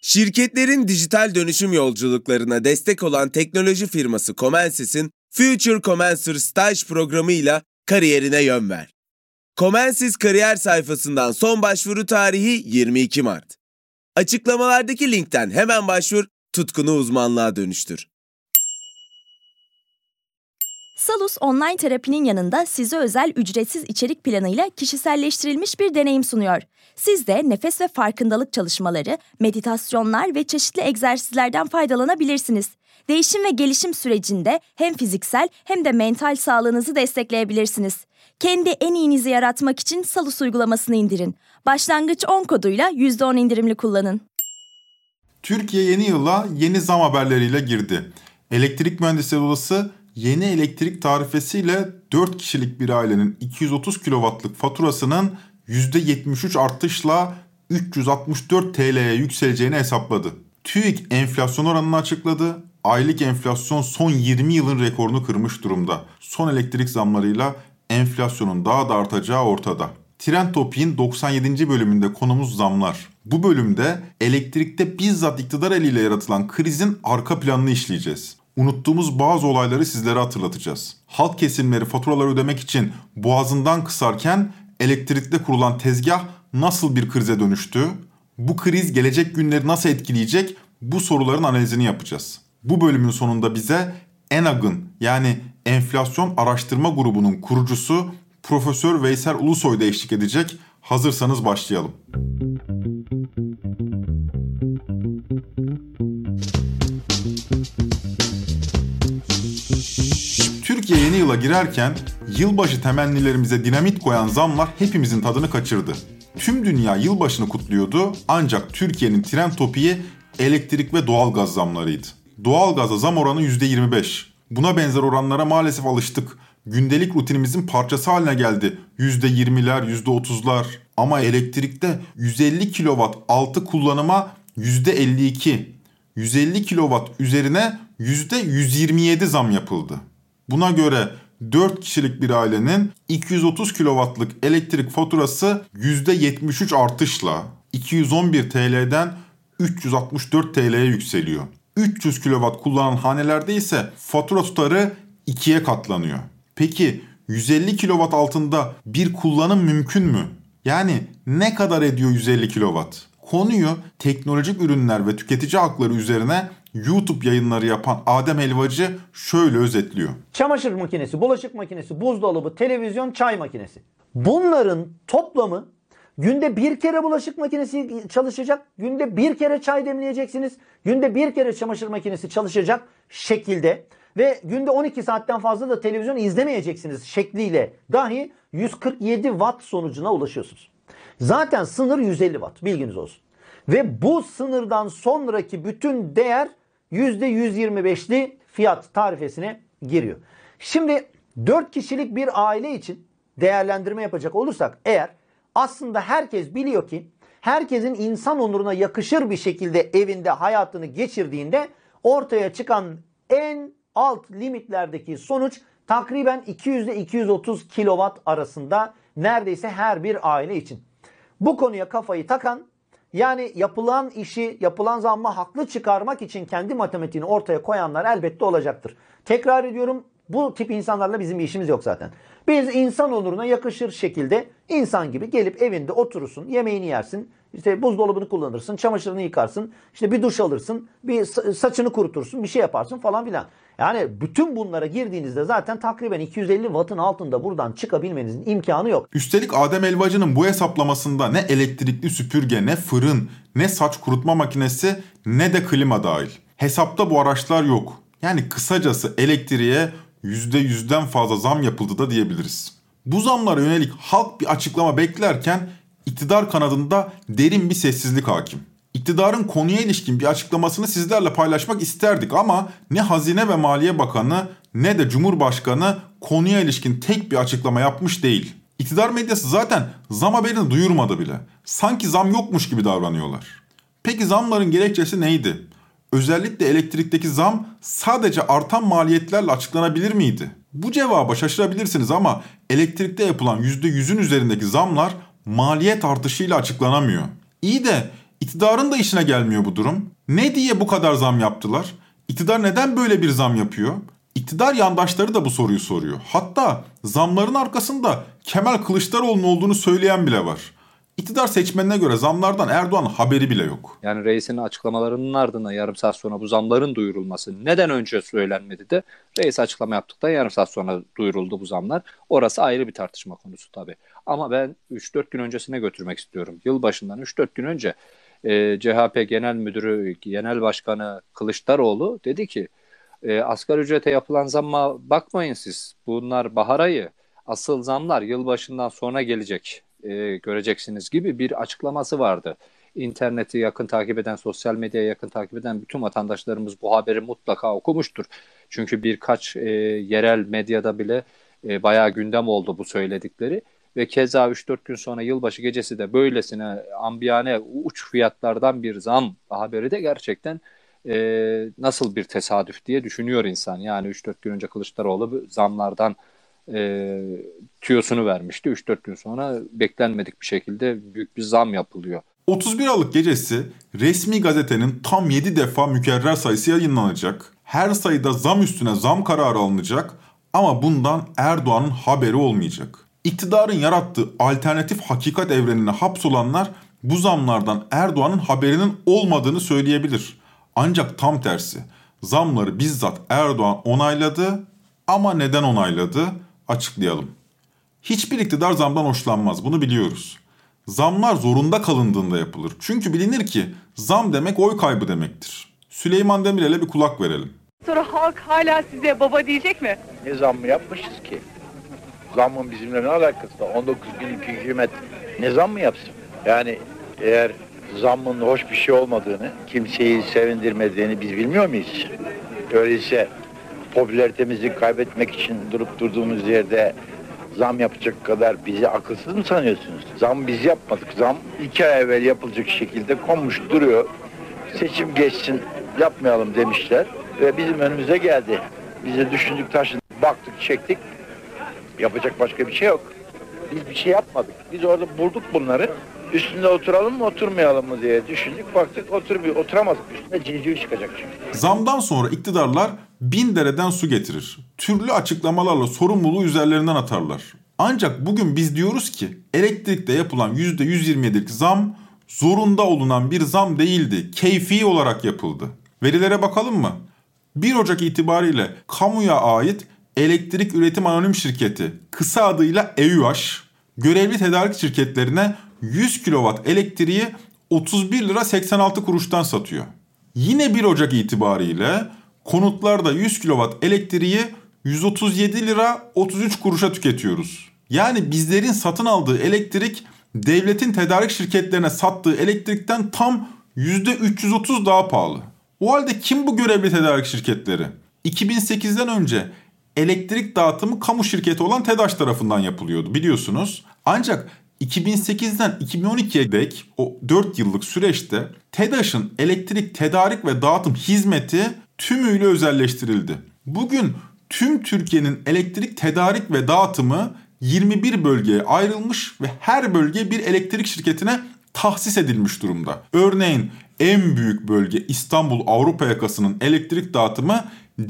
Şirketlerin dijital dönüşüm yolculuklarına destek olan teknoloji firması Comensys'in Future Comencer Staj programıyla kariyerine yön ver. Comensys kariyer sayfasından son başvuru tarihi 22 Mart. Açıklamalardaki linkten hemen başvur, tutkunu uzmanlığa dönüştür. Salus Online Terapi'nin yanında size özel ücretsiz içerik planıyla kişiselleştirilmiş bir deneyim sunuyor. Siz de nefes ve farkındalık çalışmaları, meditasyonlar ve çeşitli egzersizlerden faydalanabilirsiniz. Değişim ve gelişim sürecinde hem fiziksel hem de mental sağlığınızı destekleyebilirsiniz. Kendi en iyinizi yaratmak için Salus uygulamasını indirin. Başlangıç 10 koduyla %10 indirimli kullanın. Türkiye yeni yıla yeni zam haberleriyle girdi. Elektrik Mühendisleri Odası yeni elektrik tarifesiyle 4 kişilik bir ailenin 230 kW'lık faturasının %73 artışla 364 TL'ye yükseleceğini hesapladı. TÜİK enflasyon oranını açıkladı. Aylık enflasyon son 20 yılın rekorunu kırmış durumda. Son elektrik zamlarıyla enflasyonun daha da artacağı ortada. Trend Topik'in 97. bölümünde konumuz zamlar. Bu bölümde elektrikte bizzat iktidar eliyle yaratılan krizin arka planını işleyeceğiz. Unuttuğumuz bazı olayları sizlere hatırlatacağız. Halk kesimleri faturaları ödemek için boğazından kısarken elektrikte kurulan tezgah nasıl bir krize dönüştü? Bu kriz gelecek günleri nasıl etkileyecek? Bu soruların analizini yapacağız. Bu bölümün sonunda bize ENAG'ın yani Enflasyon Araştırma Grubu'nun kurucusu Profesör Veysel Ulusoy da eşlik edecek. Hazırsanız başlayalım. Türkiye yeni yıla girerken yılbaşı temennilerimize dinamit koyan zamlar hepimizin tadını kaçırdı. Tüm dünya yılbaşını kutluyordu ancak Türkiye'nin trend topiği elektrik ve doğalgaz zamlarıydı. Doğalgaza zam oranı %25. Buna benzer oranlara maalesef alıştık. Gündelik rutinimizin parçası haline geldi. %20'ler, %30'lar. Ama elektrikte 150 kW altı kullanıma %52. 150 kW üzerine %127 zam yapıldı. Buna göre 4 kişilik bir ailenin 230 kW'lık elektrik faturası %73 artışla 211 TL'den 364 TL'ye yükseliyor. 300 kW kullanan hanelerde ise fatura tutarı 2'ye katlanıyor. Peki 150 kW altında bir kullanım mümkün mü? Yani ne kadar ediyor 150 kW? Konuyu teknolojik ürünler ve tüketici hakları üzerine YouTube yayınları yapan Adem Helvacı şöyle özetliyor. Çamaşır makinesi, bulaşık makinesi, buzdolabı, televizyon, çay makinesi. Bunların toplamı günde bir kere bulaşık makinesi çalışacak, günde bir kere çay demleyeceksiniz, günde bir kere çamaşır makinesi çalışacak şekilde ve günde 12 saatten fazla da televizyon izlemeyeceksiniz şekliyle dahi 147 watt sonucuna ulaşıyorsunuz. Zaten sınır 150 watt, bilginiz olsun. Ve bu sınırdan sonraki bütün değer %125'li fiyat tarifesine giriyor. Şimdi 4 kişilik bir aile için değerlendirme yapacak olursak eğer aslında herkes biliyor ki herkesin insan onuruna yakışır bir şekilde evinde hayatını geçirdiğinde ortaya çıkan en alt limitlerdeki sonuç takriben 200 ile 230 kilowatt arasında neredeyse her bir aile için. Bu konuya kafayı takan yani yapılan işi, yapılan zammı haklı çıkarmak için kendi matematiğini ortaya koyanlar elbette olacaktır. Tekrar ediyorum, bu tip insanlarla bizim bir işimiz yok zaten. Biz insan onuruna yakışır şekilde insan gibi gelip evinde oturursun, yemeğini yersin, işte buzdolabını kullanırsın, çamaşırını yıkarsın, işte bir duş alırsın, bir saçını kurutursun, bir şey yaparsın falan filan. Yani bütün bunlara girdiğinizde zaten takriben 250 wattın altında buradan çıkabilmenizin imkanı yok. Üstelik Adem Helvacı'nın bu hesaplamasında ne elektrikli süpürge, ne fırın, ne saç kurutma makinesi, ne de klima dahil. Hesapta bu araçlar yok. Yani kısacası elektriğe %100'den fazla zam yapıldı da diyebiliriz. Bu zamlara yönelik halk bir açıklama beklerken iktidar kanadında derin bir sessizlik hakim. İktidarın konuya ilişkin bir açıklamasını sizlerle paylaşmak isterdik ama ne Hazine ve Maliye Bakanı ne de Cumhurbaşkanı konuya ilişkin tek bir açıklama yapmış değil. İktidar medyası zaten zam haberini duyurmadı bile. Sanki zam yokmuş gibi davranıyorlar. Peki zamların gerekçesi neydi? Özellikle elektrikteki zam sadece artan maliyetlerle açıklanabilir miydi? Bu cevaba şaşırabilirsiniz ama elektrikte yapılan %100'ün üzerindeki zamlar maliyet artışıyla açıklanamıyor. İyi de İktidarın da işine gelmiyor bu durum. Ne diye bu kadar zam yaptılar? İktidar neden böyle bir zam yapıyor? İktidar yandaşları da bu soruyu soruyor. Hatta zamların arkasında Kemal Kılıçdaroğlu'nun olduğunu söyleyen bile var. İktidar seçmenine göre zamlardan Erdoğan'ın haberi bile yok. Yani reisin açıklamalarının ardından yarım saat sonra bu zamların duyurulması neden önce söylenmedi de reis açıklama yaptıktan yarım saat sonra duyuruldu bu zamlar. Orası ayrı bir tartışma konusu tabii. Ama ben 3-4 gün öncesine götürmek istiyorum. Yılbaşından 3-4 gün önce CHP Genel Müdürü, Genel Başkanı Kılıçdaroğlu dedi ki asgari ücrete yapılan zamma bakmayın siz. Bunlar bahar ayı. Asıl zamlar yılbaşından sonra gelecek. Göreceksiniz gibi bir açıklaması vardı. İnterneti yakın takip eden, sosyal medyayı yakın takip eden bütün vatandaşlarımız bu haberi mutlaka okumuştur. Çünkü birkaç yerel medyada bile bayağı gündem oldu bu söyledikleri. Ve keza 3-4 gün sonra yılbaşı gecesi de böylesine ambiyane uç fiyatlardan bir zam haberi de gerçekten nasıl bir tesadüf diye düşünüyor insan. Yani 3-4 gün önce Kılıçdaroğlu zamlardan tüyosunu vermişti. 3-4 gün sonra beklenmedik bir şekilde büyük bir zam yapılıyor. 31 Aralık gecesi resmi gazetenin tam 7 defa mükerrer sayısı yayınlanacak. Her sayıda zam üstüne zam kararı alınacak ama bundan Erdoğan'ın haberi olmayacak. İktidarın yarattığı alternatif hakikat evrenine hapsolanlar bu zamlardan Erdoğan'ın haberinin olmadığını söyleyebilir. Ancak tam tersi. Zamları bizzat Erdoğan onayladı ama neden onayladı? Açıklayalım. Hiçbir iktidar zamdan hoşlanmaz, bunu biliyoruz. Zamlar zorunda kalındığında yapılır. Çünkü bilinir ki zam demek oy kaybı demektir. Süleyman Demirel'e bir kulak verelim. Sonra halk hala size baba diyecek mi? Ne zammı yapmışız ki? Zammın bizimle ne alakası var? 19 günlük hükümet ne zammı yapsın? Yani eğer zammın hoş bir şey olmadığını, kimseyi sevindirmediğini biz bilmiyor muyuz? Öyleyse popülaritemizi kaybetmek için durup durduğumuz yerde zam yapacak kadar bizi akılsız mı sanıyorsunuz? Zam biz yapmadık. Zam 2 ay evvel yapılacak şekilde konmuş duruyor. Seçim geçsin yapmayalım demişler ve bizim önümüze geldi. Biz de düşündük, taşındık, baktık, çektik. Yapacak başka bir şey yok. Biz bir şey yapmadık. Biz orada bulduk bunları. Üstünde oturalım mı oturmayalım mı diye düşündük. Baktık oturamadık. Üstünde civciv çıkacak çünkü. Zamdan sonra iktidarlar bin dereden su getirir. Türlü açıklamalarla sorumluluğu üzerlerinden atarlar. Ancak bugün biz diyoruz ki elektrikte yapılan %127'lik zam zorunda olunan bir zam değildi. Keyfi olarak yapıldı. Verilere bakalım mı? 1 Ocak itibariyle kamuya ait Elektrik Üretim Anonim Şirketi, kısa adıyla EÜAŞ, görevli tedarik şirketlerine 100 kW elektriği 31 lira 86 kuruştan satıyor. Yine 1 Ocak itibariyle konutlarda 100 kW elektriği 137 lira 33 kuruşa tüketiyoruz. Yani bizlerin satın aldığı elektrik devletin tedarik şirketlerine sattığı elektrikten tam %330 daha pahalı. O halde kim bu görevli tedarik şirketleri? 2008'den önce elektrik dağıtımı kamu şirketi olan TEDAŞ tarafından yapılıyordu biliyorsunuz. Ancak 2008'den 2012'ye dek o 4 yıllık süreçte TEDAŞ'ın elektrik tedarik ve dağıtım hizmeti tümüyle özelleştirildi. Bugün tüm Türkiye'nin elektrik tedarik ve dağıtımı 21 bölgeye ayrılmış ve her bölge bir elektrik şirketine tahsis edilmiş durumda. Örneğin en büyük bölge İstanbul Avrupa yakasının elektrik dağıtımı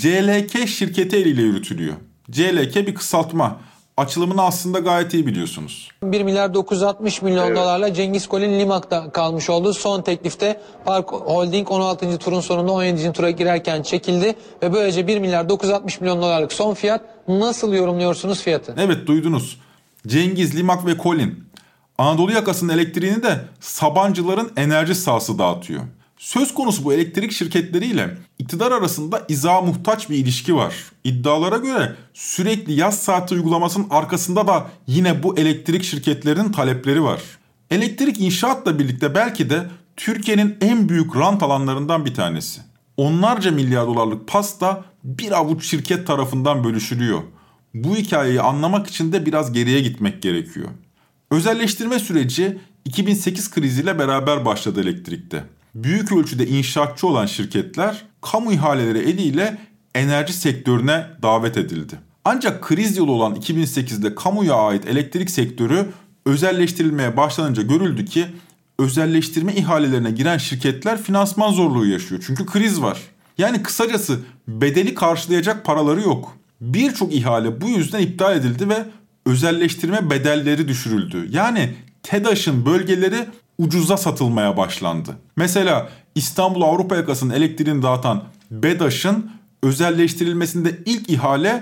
CLK şirketi eliyle yürütülüyor. CLK bir kısaltma. Açılımını aslında gayet iyi biliyorsunuz. 1 milyar 960 milyon dolarla Cengiz Kolin Limak'ta kalmış oldu. Son teklifte Park Holding 16. turun sonunda 17. tura girerken çekildi. Ve böylece 1 milyar 960 milyon dolarlık son fiyat. Nasıl yorumluyorsunuz fiyatı? Evet duydunuz. Cengiz, Limak ve Kolin. Anadolu yakasının elektriğini de Sabancıların enerji sahası dağıtıyor. Söz konusu bu elektrik şirketleriyle iktidar arasında izaha muhtaç bir ilişki var. İddialara göre sürekli yaz saati uygulamasının arkasında da yine bu elektrik şirketlerinin talepleri var. Elektrik inşaatla birlikte belki de Türkiye'nin en büyük rant alanlarından bir tanesi. Onlarca milyar dolarlık pasta bir avuç şirket tarafından bölüşülüyor. Bu hikayeyi anlamak için de biraz geriye gitmek gerekiyor. Özelleştirme süreci 2008 kriziyle beraber başladı elektrikte. Büyük ölçüde inşaatçı olan şirketler kamu ihaleleri eliyle enerji sektörüne davet edildi. Ancak kriz yılı olan 2008'de kamuya ait elektrik sektörü özelleştirilmeye başlanınca görüldü ki özelleştirme ihalelerine giren şirketler finansman zorluğu yaşıyor. Çünkü kriz var. Yani kısacası bedeli karşılayacak paraları yok. Birçok ihale bu yüzden iptal edildi ve özelleştirme bedelleri düşürüldü. Yani TEDAŞ'ın bölgeleri ucuza satılmaya başlandı. Mesela İstanbul Avrupa yakasının elektriğini dağıtan BEDAŞ'ın özelleştirilmesinde ilk ihale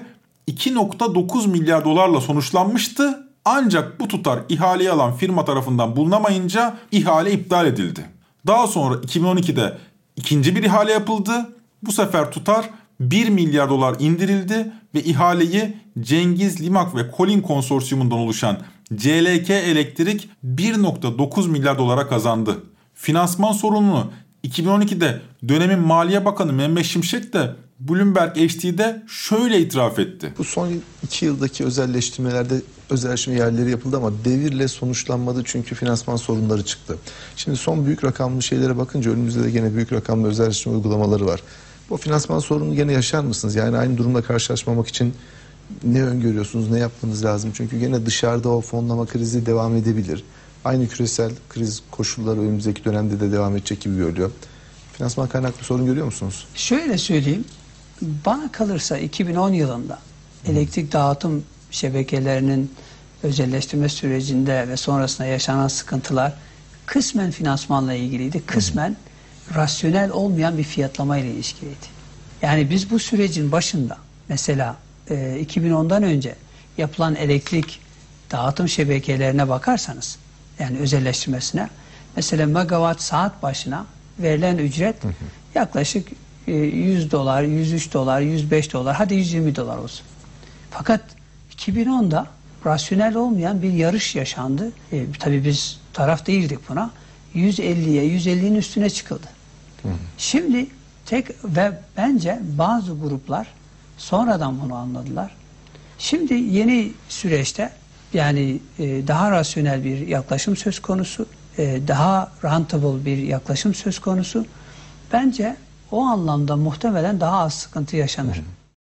2.9 milyar dolarla sonuçlanmıştı. Ancak bu tutar ihaleyi alan firma tarafından bulunamayınca ihale iptal edildi. Daha sonra 2012'de ikinci bir ihale yapıldı. Bu sefer tutar 1 milyar dolar indirildi ve ihaleyi Cengiz Limak ve Colin konsorsiyumundan oluşan CLK Elektrik 1.9 milyar dolara kazandı. Finansman sorununu 2012'de dönemin Maliye Bakanı Mehmet Şimşek de Bloomberg HD'de şöyle itiraf etti. Bu son 2 yıldaki özelleştirmelerde özelleştirme yerleri yapıldı ama devirle sonuçlanmadı çünkü finansman sorunları çıktı. Şimdi son büyük rakamlı şeylere bakınca önümüzde de gene büyük rakamlı özelleştirme uygulamaları var. Bu finansman sorununu gene yaşar mısınız? Yani aynı durumla karşılaşmamak için ne öngörüyorsunuz, ne yapmanız lazım? Çünkü gene dışarıda o fonlama krizi devam edebilir. Aynı küresel kriz koşulları önümüzdeki dönemde de devam edecek gibi görülüyor. Finansman kaynaklı sorun görüyor musunuz? Şöyle söyleyeyim. Bana kalırsa 2010 yılında elektrik dağıtım şebekelerinin özelleştirme sürecinde ve sonrasında yaşanan sıkıntılar kısmen finansmanla ilgiliydi, kısmen rasyonel olmayan bir fiyatlama ile ilişkiliydi. Yani biz bu sürecin başında mesela 2010'dan önce yapılan elektrik dağıtım şebekelerine bakarsanız, yani özelleştirmesine, mesela megawatt saat başına verilen ücret yaklaşık 100 dolar, 103 dolar, 105 dolar, hadi 120 dolar olsun. Fakat 2010'da rasyonel olmayan bir yarış yaşandı. Tabii biz taraf değildik buna. 150'ye, 150'nin üstüne çıkıldı. Şimdi ve bence bazı gruplar sonradan bunu anladılar. Şimdi yeni süreçte yani daha rasyonel bir yaklaşım söz konusu, daha rentable bir yaklaşım söz konusu. Bence o anlamda muhtemelen daha az sıkıntı yaşanır.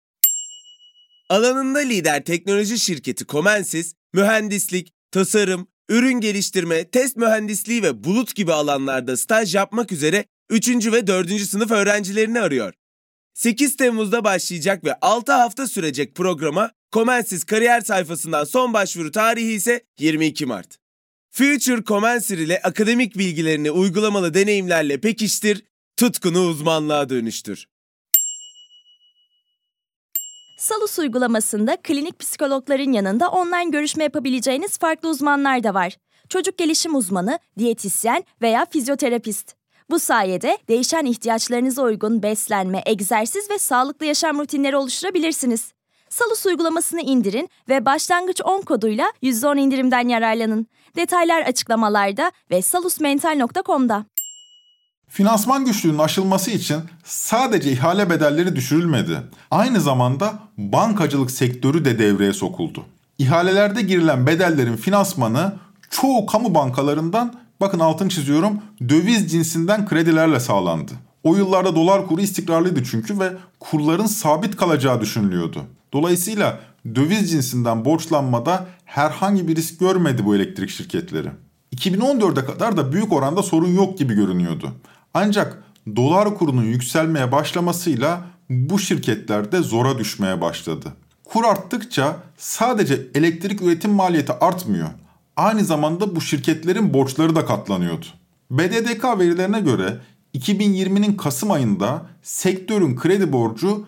Alanında lider teknoloji şirketi Comensys, mühendislik, tasarım, ürün geliştirme, test mühendisliği ve bulut gibi alanlarda staj yapmak üzere 3. ve 4. sınıf öğrencilerini arıyor. 8 Temmuz'da başlayacak ve 6 hafta sürecek programa Comensys kariyer sayfasından son başvuru tarihi ise 22 Mart. Future Comensys ile akademik bilgilerini uygulamalı deneyimlerle pekiştir, tutkunu uzmanlığa dönüştür. Salus uygulamasında klinik psikologların yanında online görüşme yapabileceğiniz farklı uzmanlar da var. Çocuk gelişim uzmanı, diyetisyen veya fizyoterapist. Bu sayede değişen ihtiyaçlarınıza uygun beslenme, egzersiz ve sağlıklı yaşam rutinleri oluşturabilirsiniz. Salus uygulamasını indirin ve başlangıç 10 koduyla %10 indirimden yararlanın. Detaylar açıklamalarda ve salusmental.com'da. Finansman güçlüğünün aşılması için sadece ihale bedelleri düşürülmedi. Aynı zamanda bankacılık sektörü de devreye sokuldu. İhalelerde girilen bedellerin finansmanı çoğu kamu bankalarından, bakın altını çiziyorum, döviz cinsinden kredilerle sağlandı. O yıllarda dolar kuru istikrarlıydı çünkü ve kurların sabit kalacağı düşünülüyordu. Dolayısıyla döviz cinsinden borçlanmada herhangi bir risk görmedi bu elektrik şirketleri. 2014'e kadar da büyük oranda sorun yok gibi görünüyordu. Ancak dolar kurunun yükselmeye başlamasıyla bu şirketler de zora düşmeye başladı. Kur arttıkça sadece elektrik üretim maliyeti artmıyor. Aynı zamanda bu şirketlerin borçları da katlanıyordu. BDDK verilerine göre 2020'nin Kasım ayında sektörün kredi borcu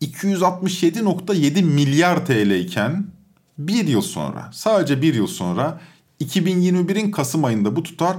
267.7 milyar TL iken sadece bir yıl sonra 2021'in Kasım ayında bu tutar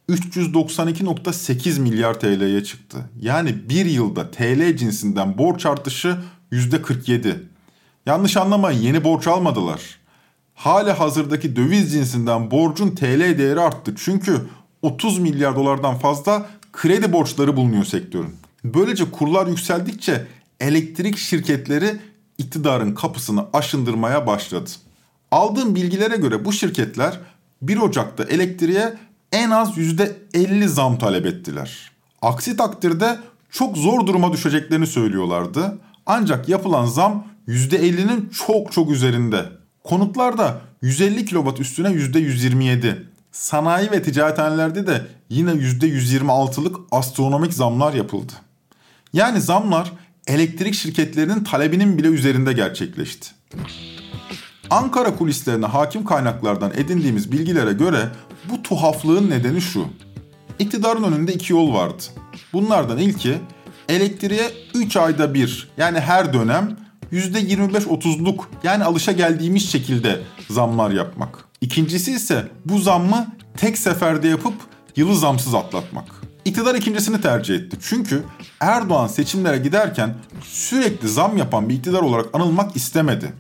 392.8 milyar TL'ye çıktı. Yani bir yılda TL cinsinden borç artışı %47. Yanlış anlamayın, yeni borç almadılar. Hala hazırdaki döviz cinsinden borcun TL değeri arttı. Çünkü 30 milyar dolardan fazla kredi borçları bulunuyor sektörün. Böylece kurlar yükseldikçe elektrik şirketleri iktidarın kapısını aşındırmaya başladı. Aldığım bilgilere göre bu şirketler 1 Ocak'ta elektriğe en az %50 zam talep ettiler. Aksi takdirde çok zor duruma düşeceklerini söylüyorlardı. Ancak yapılan zam %50'nin çok üzerinde. Konutlarda 150 kW üstüne %127, Sanayi ve ticarethanelerde de yine %126'lık astronomik zamlar yapıldı. Yani zamlar elektrik şirketlerinin talebinin bile üzerinde gerçekleşti. Ankara kulislerine hakim kaynaklardan edindiğimiz bilgilere göre bu tuhaflığın nedeni şu. İktidarın önünde 2 yol vardı. Bunlardan ilki elektriğe 3 ayda bir, yani her dönem %25-30'luk, yani alışageldiğimiz şekilde zamlar yapmak. İkincisi ise bu zammı tek seferde yapıp yılı zamsız atlatmak. İktidar ikincisini tercih etti. Çünkü Erdoğan seçimlere giderken sürekli zam yapan bir iktidar olarak anılmak istemedi.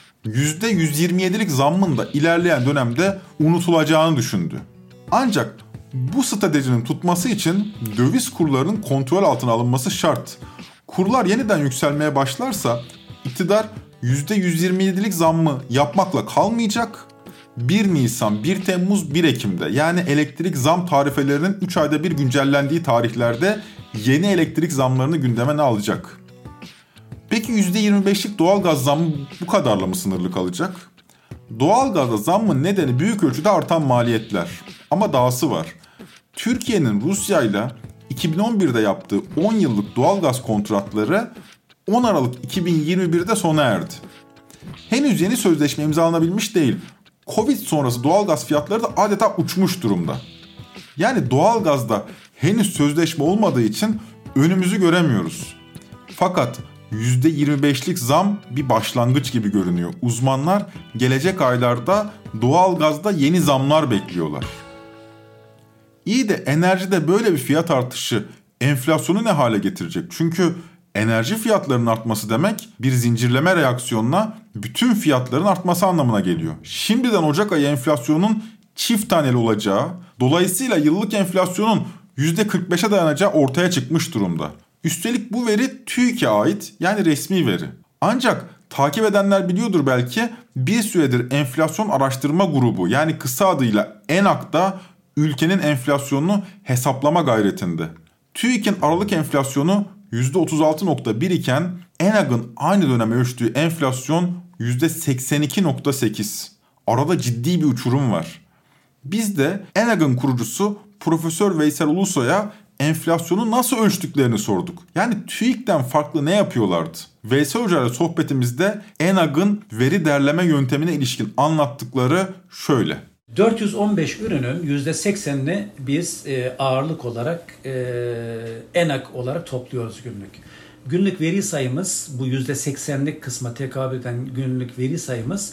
%127'lik zammın da ilerleyen dönemde unutulacağını düşündü. Ancak bu stratejinin tutması için döviz kurlarının kontrol altına alınması şart. Kurlar yeniden yükselmeye başlarsa iktidar %127'lik zammı yapmakla kalmayacak. 1 Nisan, 1 Temmuz, 1 Ekim'de, yani elektrik zam tarifelerinin 3 ayda bir güncellendiği tarihlerde yeni elektrik zamlarını gündeme alacak. Peki %25'lik doğalgaz zammı bu kadarla mı sınırlı kalacak? Doğalgazda zammın nedeni büyük ölçüde artan maliyetler. Ama dahası var. Türkiye'nin Rusya ile 2011'de yaptığı 10 yıllık doğalgaz kontratları 10 Aralık 2021'de sona erdi. Henüz yeni sözleşme imzalanabilmiş değil. Covid sonrası doğalgaz fiyatları da adeta uçmuş durumda. Yani doğalgazda henüz sözleşme olmadığı için önümüzü göremiyoruz. Fakat %25'lik zam bir başlangıç gibi görünüyor. Uzmanlar gelecek aylarda doğalgazda yeni zamlar bekliyorlar. İyi de enerjide böyle bir fiyat artışı enflasyonu ne hale getirecek? Çünkü enerji fiyatlarının artması demek bir zincirleme reaksiyonla bütün fiyatların artması anlamına geliyor. Şimdiden Ocak ayı enflasyonun çift taneli olacağı, dolayısıyla yıllık enflasyonun %45'e dayanacağı ortaya çıkmış durumda. Üstelik bu veri TÜİK'e ait, yani resmi veri. Ancak takip edenler biliyordur belki, bir süredir enflasyon araştırma grubu, yani kısa adıyla ENAK'da ülkenin enflasyonunu hesaplama gayretinde. TÜİK'in Aralık enflasyonu %36.1 iken ENAK'ın aynı dönem ölçtüğü enflasyon %82.8. Arada ciddi bir uçurum var. Biz de ENAK'ın kurucusu Profesör Veysel Ulusoy'a enflasyonu nasıl ölçtüklerini sorduk. Yani TÜİK'ten farklı ne yapıyorlardı? Veysel Hoca ile sohbetimizde ENAK'ın veri derleme yöntemine ilişkin anlattıkları şöyle. 415 ürünün %80'ini biz ağırlık olarak ENAK olarak topluyoruz günlük. Günlük veri sayımız, bu %80'lik kısma tekabül eden günlük veri sayımız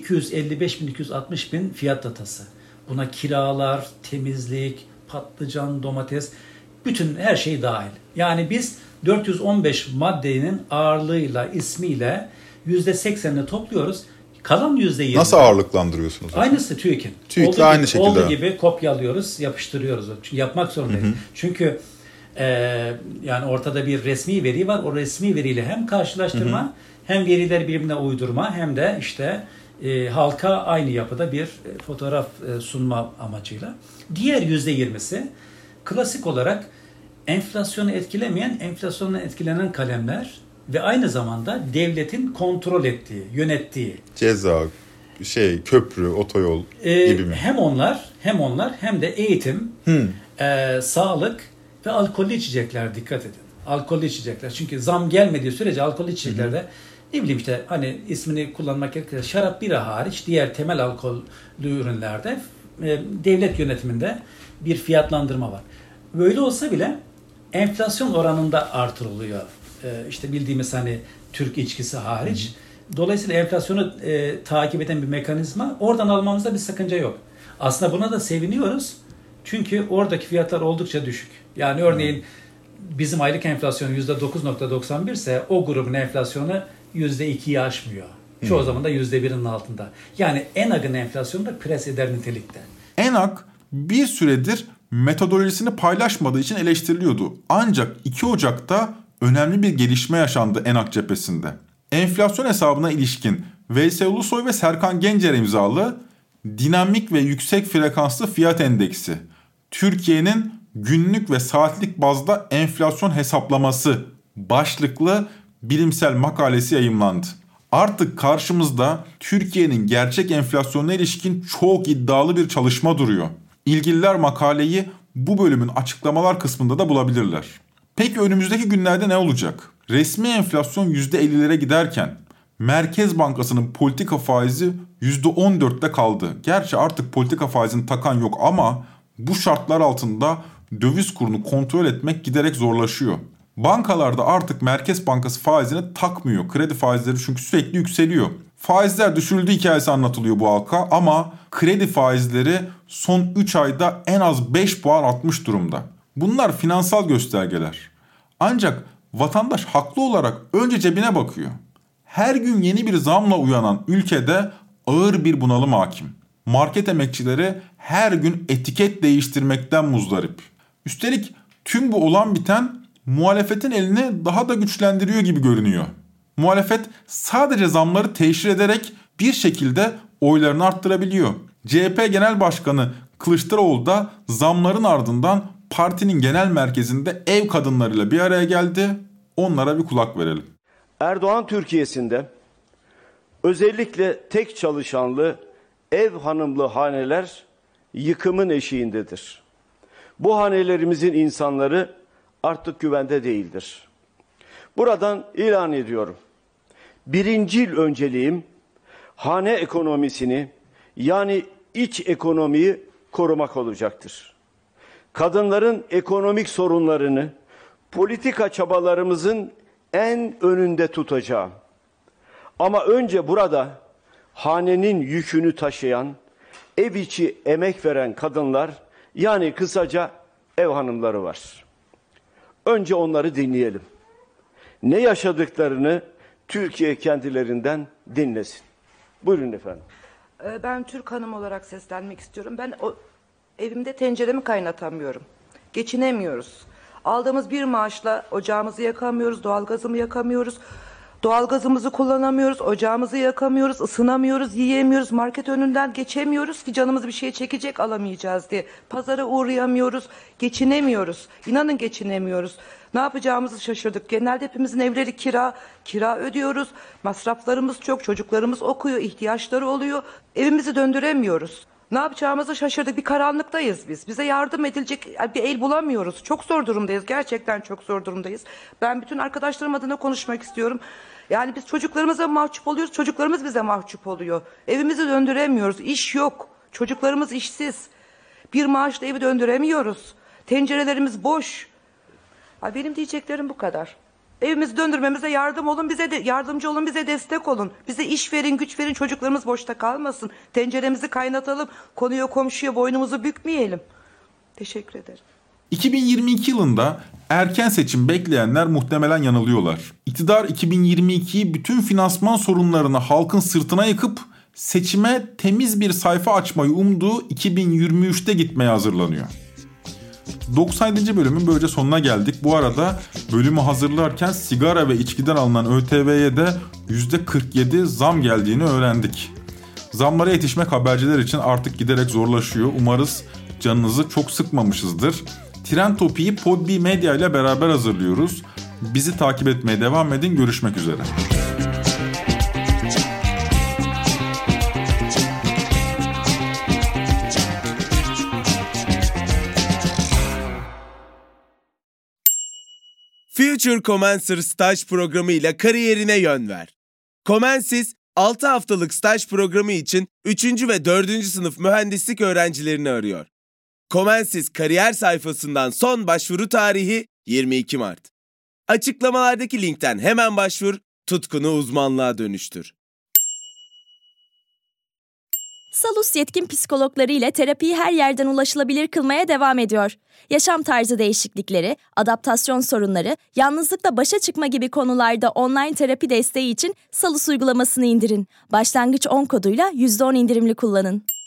255.260.000 fiyat datası. Buna kiralar, temizlik, patlıcan, domates, bütün her şey dahil. Yani biz 415 maddenin ağırlığıyla, ismiyle %80'ini topluyoruz. Kalan %20. Nasıl ağırlıklandırıyorsunuz? Aynısı TÜİK'in. TÜİK'le aynı şekilde. Olduğu gibi kopyalıyoruz, yapıştırıyoruz. Çünkü yapmak zorundayız. Çünkü yani ortada bir resmi veri var. O resmi veriyle hem karşılaştırma, hem verileri birbirine uydurma, hem de işte halka aynı yapıda bir fotoğraf sunma amacıyla. Diğer %20'si klasik olarak enflasyonu etkilemeyen, enflasyonla etkilenen kalemler ve aynı zamanda devletin kontrol ettiği, yönettiği. Ceza, köprü, otoyol gibi mi? Hem onlar hem de eğitim, sağlık ve alkollü içecekler, dikkat edin. Alkollü içecekler. Çünkü zam gelmediği sürece alkollü içeceklerde ne bileyim işte hani ismini kullanmak gerekirse şarap, bira hariç diğer temel alkollü ürünlerde devlet yönetiminde bir fiyatlandırma var. Böyle olsa bile enflasyon oranında artırılıyor. İşte bildiğimiz hani Türk içkisi hariç. Dolayısıyla enflasyonu takip eden bir mekanizma, oradan almamızda bir sakınca yok. Aslında buna da seviniyoruz. Çünkü oradaki fiyatlar oldukça düşük. Yani örneğin bizim aylık enflasyon %9.91 ise o grubun enflasyonu %2'yi aşmıyor. Çoğu zaman da %1'in altında. Yani ENAK'ın enflasyonu da pres eder nitelikte. ENAK bir süredir metodolojisini paylaşmadığı için eleştiriliyordu. Ancak 2 Ocak'ta önemli bir gelişme yaşandı ENAK cephesinde. Enflasyon hesabına ilişkin Veysel Ulusoy ve Serkan Gencer imzalı dinamik ve yüksek frekanslı fiyat endeksi, Türkiye'nin günlük ve saatlik bazda enflasyon hesaplaması başlıklı bilimsel makalesi yayımlandı. Artık karşımızda Türkiye'nin gerçek enflasyonuna ilişkin çok iddialı bir çalışma duruyor. İlgililer makaleyi bu bölümün açıklamalar kısmında da bulabilirler. Peki önümüzdeki günlerde ne olacak? Resmi enflasyon %50'lere giderken Merkez Bankası'nın politika faizi %14'te kaldı. Gerçi artık politika faizini takan yok ama bu şartlar altında döviz kurunu kontrol etmek giderek zorlaşıyor. Bankalarda artık Merkez Bankası faizini takmıyor. Kredi faizleri çünkü sürekli yükseliyor. Faizler düşürüldü hikayesi anlatılıyor bu halka ama kredi faizleri son 3 ayda en az 5 puan artmış durumda. Bunlar finansal göstergeler. Ancak vatandaş haklı olarak önce cebine bakıyor. Her gün yeni bir zamla uyanan ülkede ağır bir bunalım hakim. Market emekçileri her gün etiket değiştirmekten muzdarip. Üstelik tüm bu olan biten muhalefetin elini daha da güçlendiriyor gibi görünüyor. Muhalefet sadece zamları teşhir ederek bir şekilde oylarını arttırabiliyor. CHP Genel Başkanı Kılıçdaroğlu da zamların ardından partinin genel merkezinde ev kadınlarıyla bir araya geldi. Onlara bir kulak verelim. Erdoğan Türkiye'sinde özellikle tek çalışanlı ev hanımlı haneler yıkımın eşiğindedir. Bu hanelerimizin insanları artık güvende değildir. Buradan ilan ediyorum. Birincil önceliğim hane ekonomisini yani iç ekonomiyi korumak olacaktır. Kadınların ekonomik sorunlarını politika çabalarımızın en önünde tutacağım. Ama önce burada hanenin yükünü taşıyan, ev içi emek veren kadınlar yani kısaca ev hanımları var. Önce onları dinleyelim. Ne yaşadıklarını Türkiye kendilerinden dinlesin. Buyurun efendim. Ben Türk hanım olarak seslenmek istiyorum. Ben evimde tenceremi kaynatamıyorum. Geçinemiyoruz. Aldığımız bir maaşla ocağımızı yakamıyoruz, doğalgazımı yakamıyoruz. Doğalgazımızı kullanamıyoruz, ocağımızı yakamıyoruz, ısınamıyoruz, yiyemiyoruz, market önünden geçemiyoruz ki canımız bir şey çekecek alamayacağız diye. Pazara uğrayamıyoruz, geçinemiyoruz. İnanın geçinemiyoruz. Ne yapacağımızı şaşırdık. Genelde hepimizin evleri kira ödüyoruz. Masraflarımız çok, çocuklarımız okuyor, ihtiyaçları oluyor. Evimizi döndüremiyoruz. Ne yapacağımızı şaşırdık. Bir karanlıktayız biz. Bize yardım edilecek bir el bulamıyoruz. Çok zor durumdayız. Gerçekten çok zor durumdayız. Ben bütün arkadaşlarım adına konuşmak istiyorum. Yani biz çocuklarımıza mahcup oluyoruz. Çocuklarımız bize mahcup oluyor. Evimizi döndüremiyoruz. İş yok. Çocuklarımız işsiz. Bir maaşla evi döndüremiyoruz. Tencerelerimiz boş. Benim diyeceklerim bu kadar. Evimizi döndürmemize yardımcı olun, bize destek olun. Bize iş verin, güç verin, çocuklarımız boşta kalmasın. Tenceremizi kaynatalım, konuya komşuya boynumuzu bükmeyelim. Teşekkür ederim. 2022 yılında erken seçim bekleyenler muhtemelen yanılıyorlar. İktidar 2022'yi bütün finansman sorunlarını halkın sırtına yıkıp seçime temiz bir sayfa açmayı umduğu 2023'te gitmeye hazırlanıyor. 97. bölümün böylece sonuna geldik. Bu arada bölümü hazırlarken sigara ve içkiden alınan ÖTV'ye de %47 zam geldiğini öğrendik. Zamlara yetişmek haberciler için artık giderek zorlaşıyor. Umarız canınızı çok sıkmamışızdır. Trend Topi'yi Podbi Medya ile beraber hazırlıyoruz. Bizi takip etmeye devam edin. Görüşmek üzere. Future Commencer staj programı ile kariyerine yön ver. Commensys, 6 haftalık staj programı için 3. ve 4. sınıf mühendislik öğrencilerini arıyor. Commensys kariyer sayfasından son başvuru tarihi 22 Mart. Açıklamalardaki linkten hemen başvur, tutkunu uzmanlığa dönüştür. Salus yetkin psikologları ile terapiyi her yerden ulaşılabilir kılmaya devam ediyor. Yaşam tarzı değişiklikleri, adaptasyon sorunları, yalnızlıkla başa çıkma gibi konularda online terapi desteği için Salus uygulamasını indirin. Başlangıç 10 koduyla %10 indirimli kullanın.